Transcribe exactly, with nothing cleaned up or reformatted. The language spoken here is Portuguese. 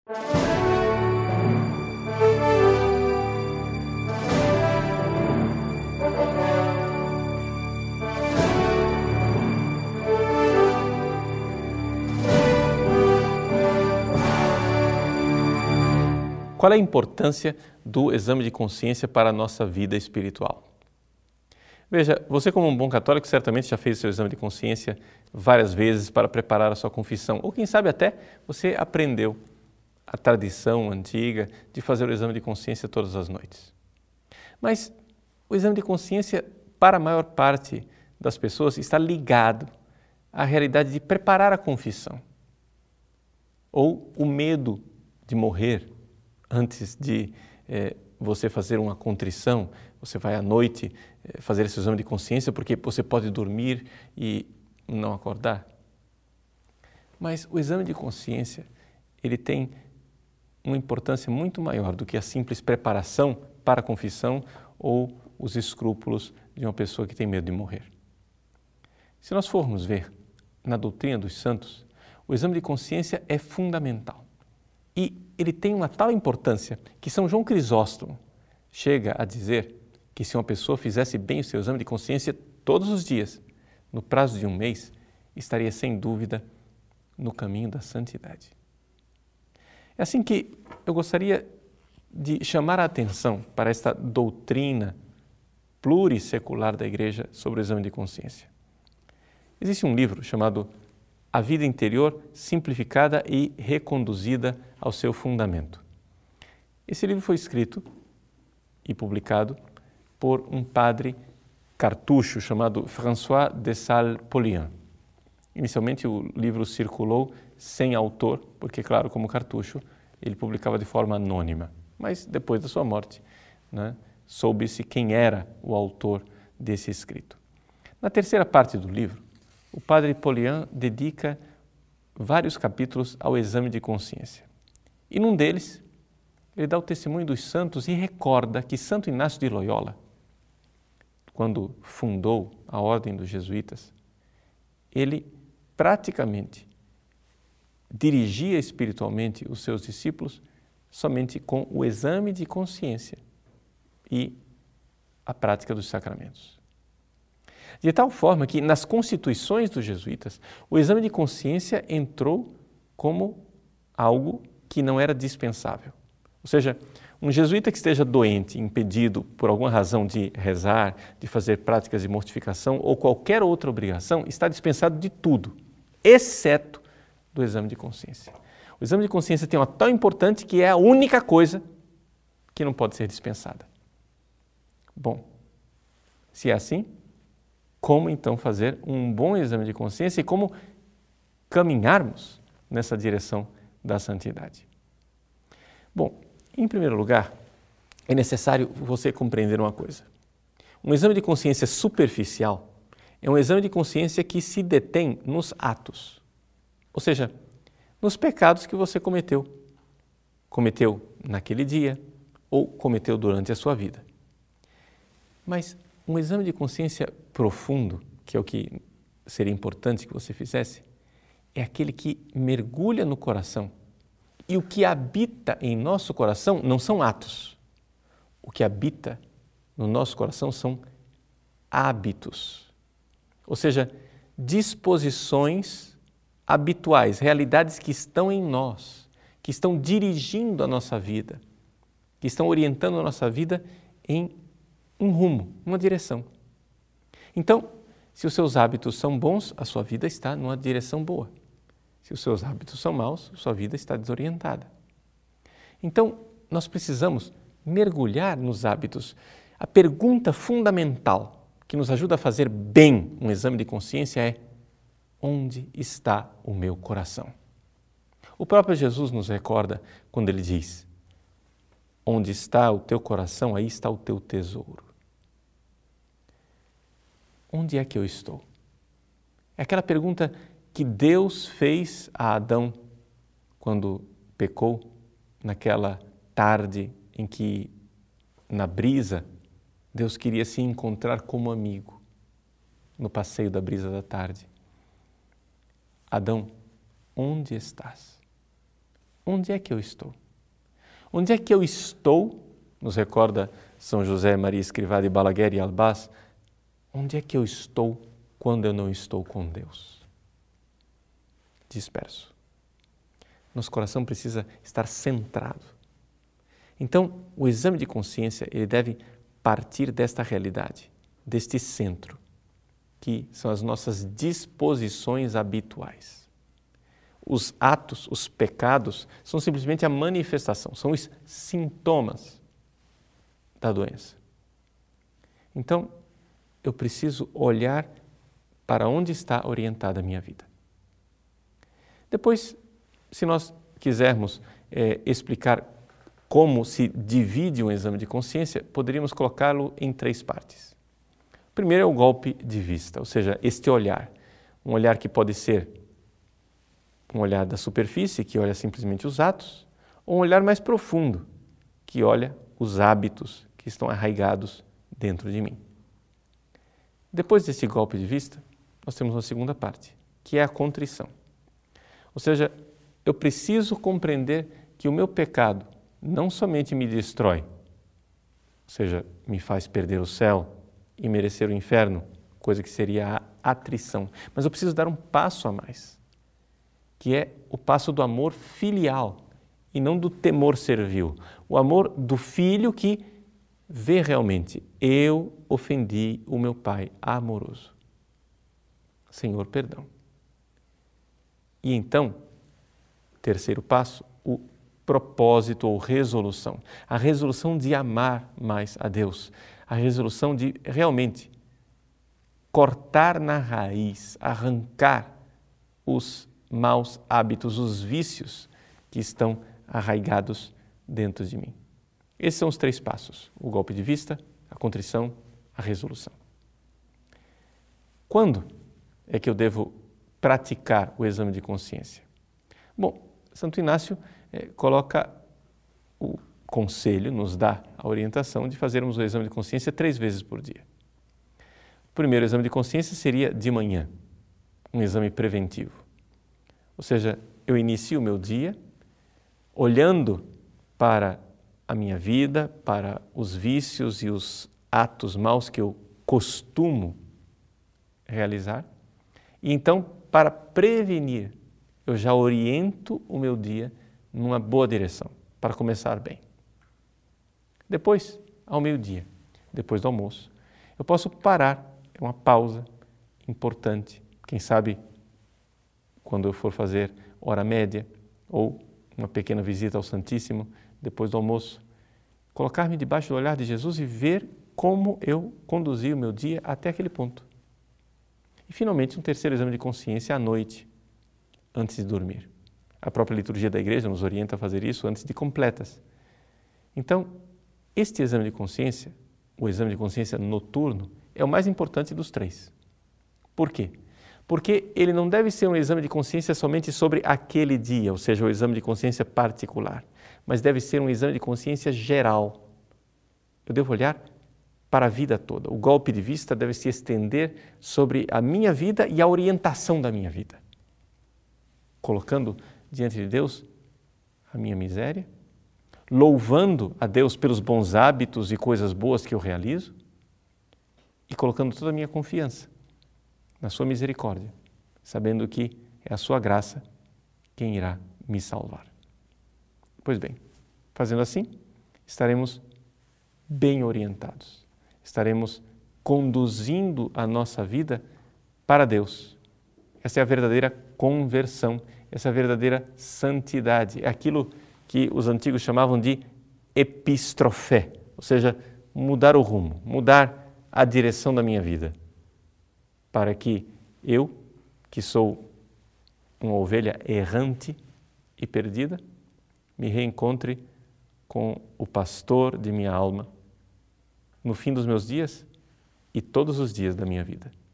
Qual é a importância do exame de consciência para a nossa vida espiritual? Veja, você como um bom católico certamente já fez o seu exame de consciência várias vezes para preparar a sua confissão, ou quem sabe até você aprendeu a tradição antiga de fazer o exame de consciência todas as noites. Mas o exame de consciência, para a maior parte das pessoas, está ligado à realidade de preparar a confissão, ou o medo de morrer antes de eh, você fazer uma contrição. Você vai à noite eh, fazer esse exame de consciência porque você pode dormir e não acordar. Mas o exame de consciência, ele tem uma importância muito maior do que a simples preparação para a confissão ou os escrúpulos de uma pessoa que tem medo de morrer. Se nós formos ver na doutrina dos santos, o exame de consciência é fundamental. E ele tem uma tal importância que São João Crisóstomo chega a dizer que se uma pessoa fizesse bem o seu exame de consciência todos os dias, no prazo de um mês, estaria sem dúvida no caminho da santidade. É assim que eu gostaria de chamar a atenção para esta doutrina plurissecular da Igreja sobre o exame de consciência. Existe um livro chamado A Vida Interior Simplificada e Reconduzida ao seu Fundamento. Esse livro foi escrito e publicado por um padre cartucho chamado François de Sales-Polian. Inicialmente o livro circulou sem autor, porque, claro, como cartucho, ele publicava de forma anônima. Mas depois da sua morte, né, soube-se quem era o autor desse escrito. Na terceira parte do livro, o padre Polian dedica vários capítulos ao exame de consciência. E num deles, ele dá o testemunho dos santos e recorda que Santo Inácio de Loyola, quando fundou a Ordem dos Jesuítas, ele praticamente dirigia espiritualmente os seus discípulos somente com o exame de consciência e a prática dos sacramentos. De tal forma que, nas constituições dos jesuítas, o exame de consciência entrou como algo que não era dispensável. Ou seja, um jesuíta que esteja doente, impedido por alguma razão de rezar, de fazer práticas de mortificação ou qualquer outra obrigação, está dispensado de tudo, exceto do exame de consciência. O exame de consciência tem uma tão importante que é a única coisa que não pode ser dispensada. Bom, se é assim, como então fazer um bom exame de consciência e como caminharmos nessa direção da santidade? Bom, em primeiro lugar, é necessário você compreender uma coisa. Um exame de consciência superficial é um exame de consciência que se detém nos atos, ou seja, nos pecados que você cometeu. Cometeu naquele dia ou cometeu durante a sua vida. Mas um exame de consciência profundo, que é o que seria importante que você fizesse, é aquele que mergulha no coração. E o que habita em nosso coração não são atos. O que habita no nosso coração são hábitos. Ou seja, disposições habituais, realidades que estão em nós, que estão dirigindo a nossa vida, que estão orientando a nossa vida em um rumo, uma direção. Então, se os seus hábitos são bons, a sua vida está numa direção boa. Se os seus hábitos são maus, sua vida está desorientada. Então, nós precisamos mergulhar nos hábitos. A pergunta fundamental que nos ajuda a fazer bem um exame de consciência é: onde está o meu coração? O próprio Jesus nos recorda quando ele diz: onde está o teu coração, aí está o teu tesouro. Onde é que eu estou? É aquela pergunta que Deus fez a Adão quando pecou, naquela tarde em que, na brisa, Deus queria se encontrar como amigo, no passeio da brisa da tarde. Adão, onde estás? onde é que eu estou? Onde é que eu estou, nos recorda São José Maria Escrivá de Balaguer e Albás, onde é que eu estou quando eu não estou com Deus? Disperso. Nosso coração precisa estar centrado. Então, o exame de consciência ele deve partir desta realidade, deste centro, que são as nossas disposições habituais. Os atos, os pecados, são simplesmente a manifestação, são os sintomas da doença. Então, eu preciso olhar para onde está orientada a minha vida. Depois, se nós quisermos é, explicar como se divide um exame de consciência, poderíamos colocá-lo em três partes. O primeiro é o golpe de vista, ou seja, este olhar. Um olhar que pode ser um olhar da superfície, que olha simplesmente os atos, ou um olhar mais profundo, que olha os hábitos que estão arraigados dentro de mim. Depois desse golpe de vista, nós temos uma segunda parte, que é a contrição. Ou seja, eu preciso compreender que o meu pecado não somente me destrói, ou seja, me faz perder o céu e merecer o inferno, coisa que seria a atrição, mas eu preciso dar um passo a mais, que é o passo do amor filial e não do temor servil. O amor do filho que vê realmente, eu ofendi o meu pai amoroso. Senhor, perdão. E então, terceiro passo, o propósito ou resolução. A resolução de amar mais a Deus. A resolução de realmente cortar na raiz, arrancar os maus hábitos, os vícios que estão arraigados dentro de mim. Esses são os três passos: o golpe de vista, a contrição, a resolução. Quando é que eu devo praticar o exame de consciência? Bom, Santo Inácio eh, coloca o conselho, nos dá a orientação de fazermos o exame de consciência três vezes por dia. O primeiro exame de consciência seria de manhã, um exame preventivo. Ou seja, eu inicio o meu dia olhando para a minha vida, para os vícios e os atos maus que eu costumo realizar. E então, para prevenir, eu já oriento o meu dia numa boa direção, para começar bem. Depois, ao meio-dia, depois do almoço, eu posso parar, é uma pausa importante, quem sabe quando eu for fazer hora média ou uma pequena visita ao Santíssimo depois do almoço, colocar-me debaixo do olhar de Jesus e ver como eu conduzi o meu dia até aquele ponto. E, finalmente, um terceiro exame de consciência à noite, antes de dormir. A própria liturgia da Igreja nos orienta a fazer isso antes de completas. Então, este exame de consciência, o exame de consciência noturno, é o mais importante dos três. Por quê? Porque ele não deve ser um exame de consciência somente sobre aquele dia, ou seja, o exame de consciência particular, mas deve ser um exame de consciência geral. Eu devo olhar para a vida toda. O golpe de vista deve se estender sobre a minha vida e a orientação da minha vida, colocando diante de Deus a minha miséria, louvando a Deus pelos bons hábitos e coisas boas que eu realizo e colocando toda a minha confiança na sua misericórdia, sabendo que é a sua graça quem irá me salvar. Pois bem, fazendo assim, estaremos bem orientados, estaremos conduzindo a nossa vida para Deus. Essa é a verdadeira conversão, essa é a verdadeira santidade, é aquilo que os antigos chamavam de epistrofé, ou seja, mudar o rumo, mudar a direção da minha vida, para que eu, que sou uma ovelha errante e perdida, me reencontre com o pastor de minha alma no fim dos meus dias e todos os dias da minha vida.